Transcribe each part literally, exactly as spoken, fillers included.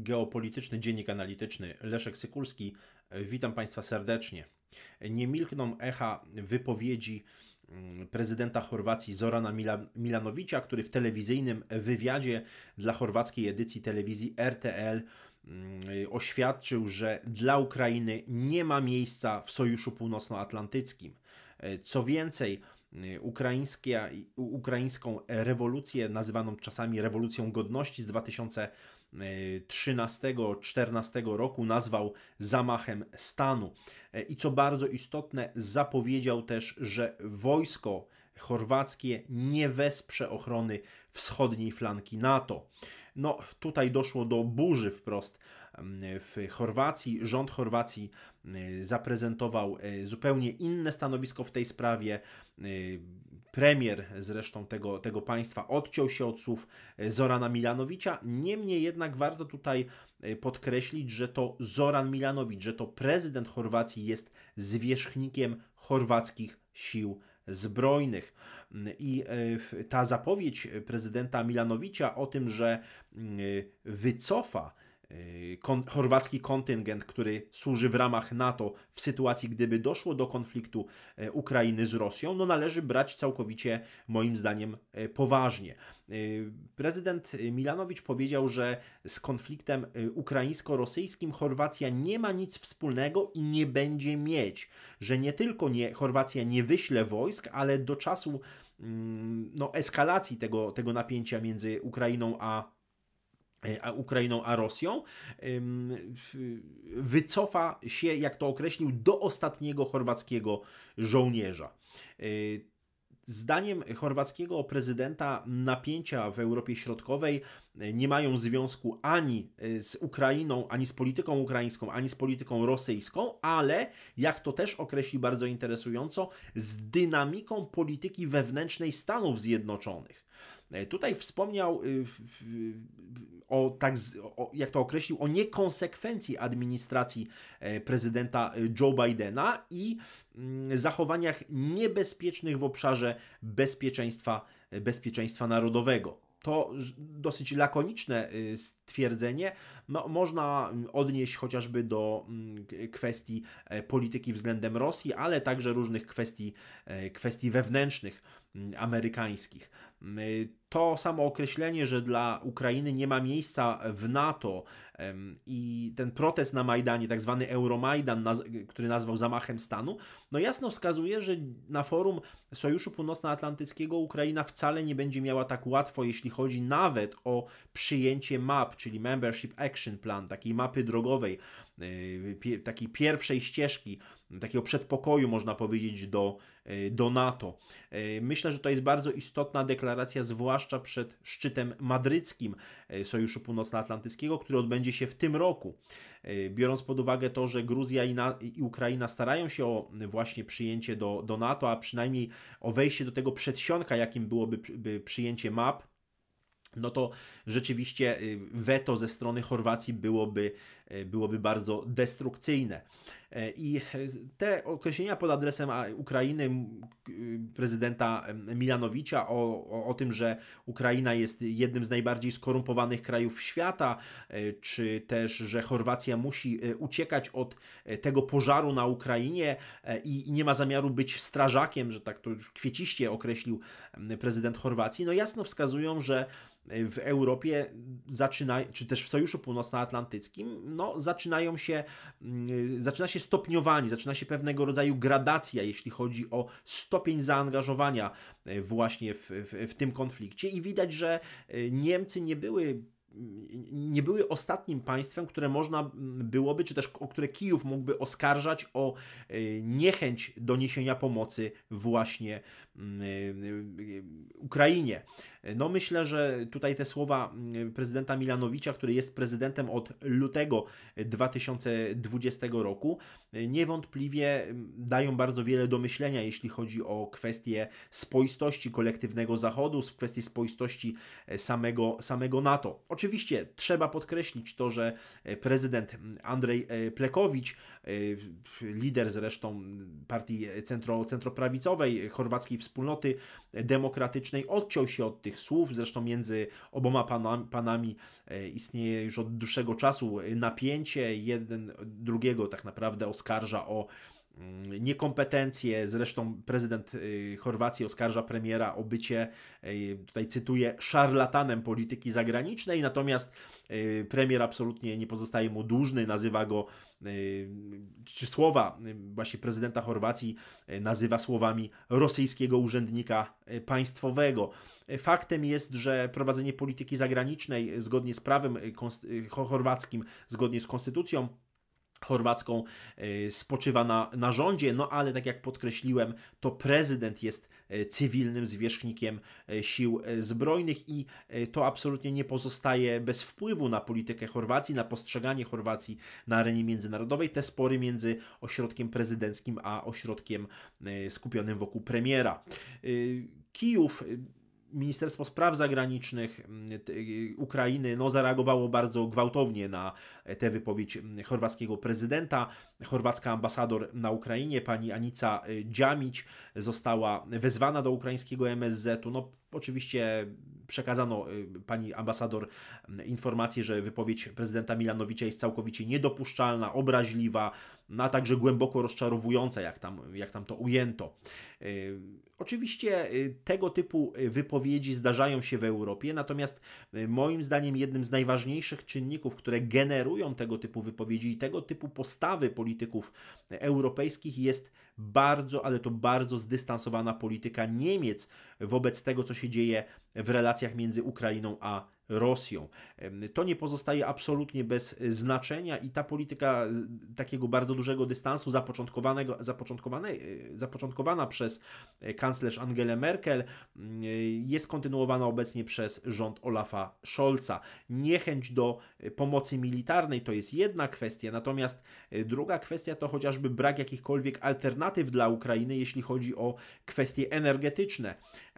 geopolityczny dziennik analityczny Leszek Sykulski. Witam Państwa serdecznie. Nie milkną echa wypowiedzi prezydenta Chorwacji Zorana Milanovića, który w telewizyjnym wywiadzie dla chorwackiej edycji telewizji R T L oświadczył, że dla Ukrainy nie ma miejsca w Sojuszu Północnoatlantyckim. Co więcej, ukraińską rewolucję, nazywaną czasami rewolucją godności z dwa tysiące trzynastego czternastego roku, nazwał zamachem stanu. I co bardzo istotne, zapowiedział też, że wojsko chorwackie nie wesprze ochrony wschodniej flanki NATO. No, tutaj doszło do burzy wprost w Chorwacji. Rząd Chorwacji zaprezentował zupełnie inne stanowisko w tej sprawie. Premier zresztą tego, tego państwa odciął się od słów Zorana Milanovića. Niemniej jednak warto tutaj podkreślić, że to Zoran Milanović, że to prezydent Chorwacji jest zwierzchnikiem chorwackich sił zbrojnych. I ta zapowiedź prezydenta Milanovića o tym, że wycofa Kon- chorwacki kontyngent, który służy w ramach NATO w sytuacji, gdyby doszło do konfliktu Ukrainy z Rosją, no należy brać całkowicie, moim zdaniem, poważnie. Prezydent Milanović powiedział, że z konfliktem ukraińsko-rosyjskim Chorwacja nie ma nic wspólnego i nie będzie mieć, że nie tylko nie, Chorwacja nie wyśle wojsk, ale do czasu no, eskalacji tego, tego napięcia między Ukrainą a A Ukrainą a Rosją, wycofa się, jak to określił, do ostatniego chorwackiego żołnierza. Zdaniem chorwackiego prezydenta napięcia w Europie Środkowej nie mają związku ani z Ukrainą, ani z polityką ukraińską, ani z polityką rosyjską, ale, jak to też określi bardzo interesująco, z dynamiką polityki wewnętrznej Stanów Zjednoczonych. Tutaj wspomniał o, tak, o, jak to określił, o niekonsekwencji administracji prezydenta Joe Bidena i zachowaniach niebezpiecznych w obszarze bezpieczeństwa, bezpieczeństwa narodowego. To dosyć lakoniczne stwierdzenie, no, można odnieść chociażby do kwestii polityki względem Rosji, ale także różnych kwestii, kwestii wewnętrznych amerykańskich. To samo określenie, że dla Ukrainy nie ma miejsca w NATO i ten protest na Majdanie, tak zwany Euromajdan, który nazwał zamachem stanu, no jasno wskazuje, że na forum Sojuszu Północnoatlantyckiego Ukraina wcale nie będzie miała tak łatwo, jeśli chodzi nawet o przyjęcie map, czyli Membership Action Plan, takiej mapy drogowej, takiej pierwszej ścieżki, takiego przedpokoju, można powiedzieć, do, do NATO. Myślę, że to jest bardzo istotna deklaracja, zwłaszcza przed szczytem madryckim Sojuszu Północnoatlantyckiego, który odbędzie się w tym roku. Biorąc pod uwagę to, że Gruzja i, na, i Ukraina starają się o właśnie przyjęcie do, do NATO, a przynajmniej o wejście do tego przedsionka, jakim byłoby by przyjęcie map, no to rzeczywiście weto ze strony Chorwacji byłoby, byłoby bardzo destrukcyjne. I te określenia pod adresem Ukrainy prezydenta Milanovića o, o, o tym, że Ukraina jest jednym z najbardziej skorumpowanych krajów świata, czy też, że Chorwacja musi uciekać od tego pożaru na Ukrainie i nie ma zamiaru być strażakiem, że tak to już kwieciście określił prezydent Chorwacji, no jasno wskazują, że w Europie zaczyna, czy też w Sojuszu Północnoatlantyckim, no zaczynają się, zaczyna się stopniowanie, zaczyna się pewnego rodzaju gradacja, jeśli chodzi o stopień zaangażowania właśnie w, w, w tym konflikcie i widać, że Niemcy nie były nie były ostatnim państwem, które można byłoby, czy też o które Kijów mógłby oskarżać o niechęć do niesienia pomocy właśnie Ukrainie. No myślę, że tutaj te słowa prezydenta Milanovića, który jest prezydentem od lutego dwa tysiące dwudziestego roku, niewątpliwie dają bardzo wiele do myślenia, jeśli chodzi o kwestię spoistości kolektywnego Zachodu, kwestię spoistości samego, samego NATO. Oczywiście Oczywiście trzeba podkreślić to, że prezydent Andrzej Plekowicz, lider zresztą partii centro, centroprawicowej, chorwackiej wspólnoty demokratycznej, odciął się od tych słów. Zresztą między oboma panami, panami istnieje już od dłuższego czasu napięcie. Jeden drugiego tak naprawdę oskarża o niekompetencje. Zresztą prezydent Chorwacji oskarża premiera o bycie, tutaj cytuję, szarlatanem polityki zagranicznej, natomiast premier absolutnie nie pozostaje mu dłużny, nazywa go, czy słowa właśnie prezydenta Chorwacji nazywa słowami rosyjskiego urzędnika państwowego. Faktem jest, że prowadzenie polityki zagranicznej zgodnie z prawem chorwackim, zgodnie z konstytucją chorwacką spoczywa na, na rządzie, no ale tak jak podkreśliłem, to prezydent jest cywilnym zwierzchnikiem sił zbrojnych i to absolutnie nie pozostaje bez wpływu na politykę Chorwacji, na postrzeganie Chorwacji na arenie międzynarodowej. Te spory między ośrodkiem prezydenckim a ośrodkiem skupionym wokół premiera. Kijów, Ministerstwo Spraw Zagranicznych Ukrainy no, zareagowało bardzo gwałtownie na tę wypowiedź chorwackiego prezydenta. Chorwacka ambasador na Ukrainie, pani Anica Dziamić, została wezwana do ukraińskiego M S Z-u. No, oczywiście przekazano pani ambasador informację, że wypowiedź prezydenta Milanowicza jest całkowicie niedopuszczalna, obraźliwa, no, a także głęboko rozczarowująca, jak tam, jak tam to ujęto. Yy, oczywiście yy, tego typu wypowiedzi zdarzają się w Europie, natomiast yy, moim zdaniem jednym z najważniejszych czynników, które generują tego typu wypowiedzi i tego typu postawy polityków europejskich jest bardzo, ale to bardzo zdystansowana polityka Niemiec wobec tego, co się dzieje w relacjach między Ukrainą a Rosją. To nie pozostaje absolutnie bez znaczenia i ta polityka takiego bardzo dużego dystansu zapoczątkowanego, zapoczątkowane, zapoczątkowana przez kanclerz Angelę Merkel jest kontynuowana obecnie przez rząd Olafa Scholza. Niechęć do pomocy militarnej to jest jedna kwestia, natomiast druga kwestia to chociażby brak jakichkolwiek alternatyw dla Ukrainy, jeśli chodzi o kwestie energetyczne.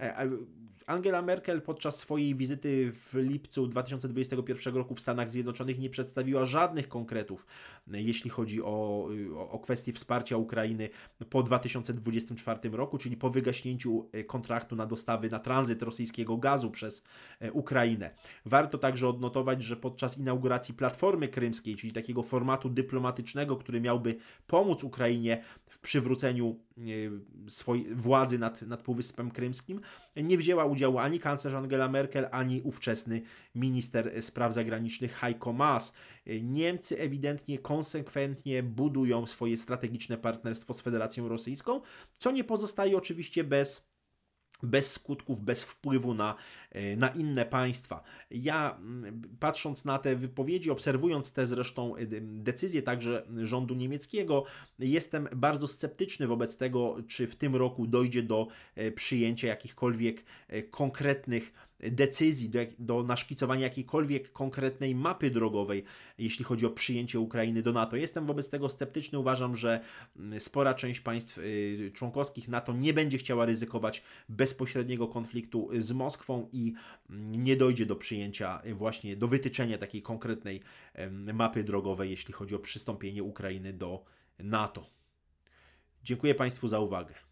Angela Merkel podczas swojej wizyty w lipcu dwa tysiące dwudziestego pierwszego roku w Stanach Zjednoczonych nie przedstawiła żadnych konkretów, jeśli chodzi o, o, o kwestię wsparcia Ukrainy po dwa tysiące dwudziestym czwartym roku, czyli po wygaśnięciu kontraktu na dostawy, na tranzyt rosyjskiego gazu przez Ukrainę. Warto także odnotować, że podczas inauguracji Platformy Krymskiej, czyli takiego formatu dyplomatycznego, który miałby pomóc Ukrainie w przywróceniu swojej władzy nad, nad Półwyspem Krymskim, nie wzięła udziału ani kanclerz Angela Merkel, ani ówczesny minister spraw zagranicznych Heiko Maas. Niemcy ewidentnie konsekwentnie budują swoje strategiczne partnerstwo z Federacją Rosyjską, co nie pozostaje oczywiście bez bez skutków, bez wpływu na, na inne państwa. Ja, patrząc na te wypowiedzi, obserwując te zresztą decyzje także rządu niemieckiego, jestem bardzo sceptyczny wobec tego, czy w tym roku dojdzie do przyjęcia jakichkolwiek konkretnych decyzji, do, do naszkicowania jakiejkolwiek konkretnej mapy drogowej, jeśli chodzi o przyjęcie Ukrainy do NATO. Jestem wobec tego sceptyczny. Uważam, że spora część państw członkowskich NATO nie będzie chciała ryzykować bezpośredniego konfliktu z Moskwą i nie dojdzie do przyjęcia właśnie, do wytyczenia takiej konkretnej mapy drogowej, jeśli chodzi o przystąpienie Ukrainy do NATO. Dziękuję Państwu za uwagę.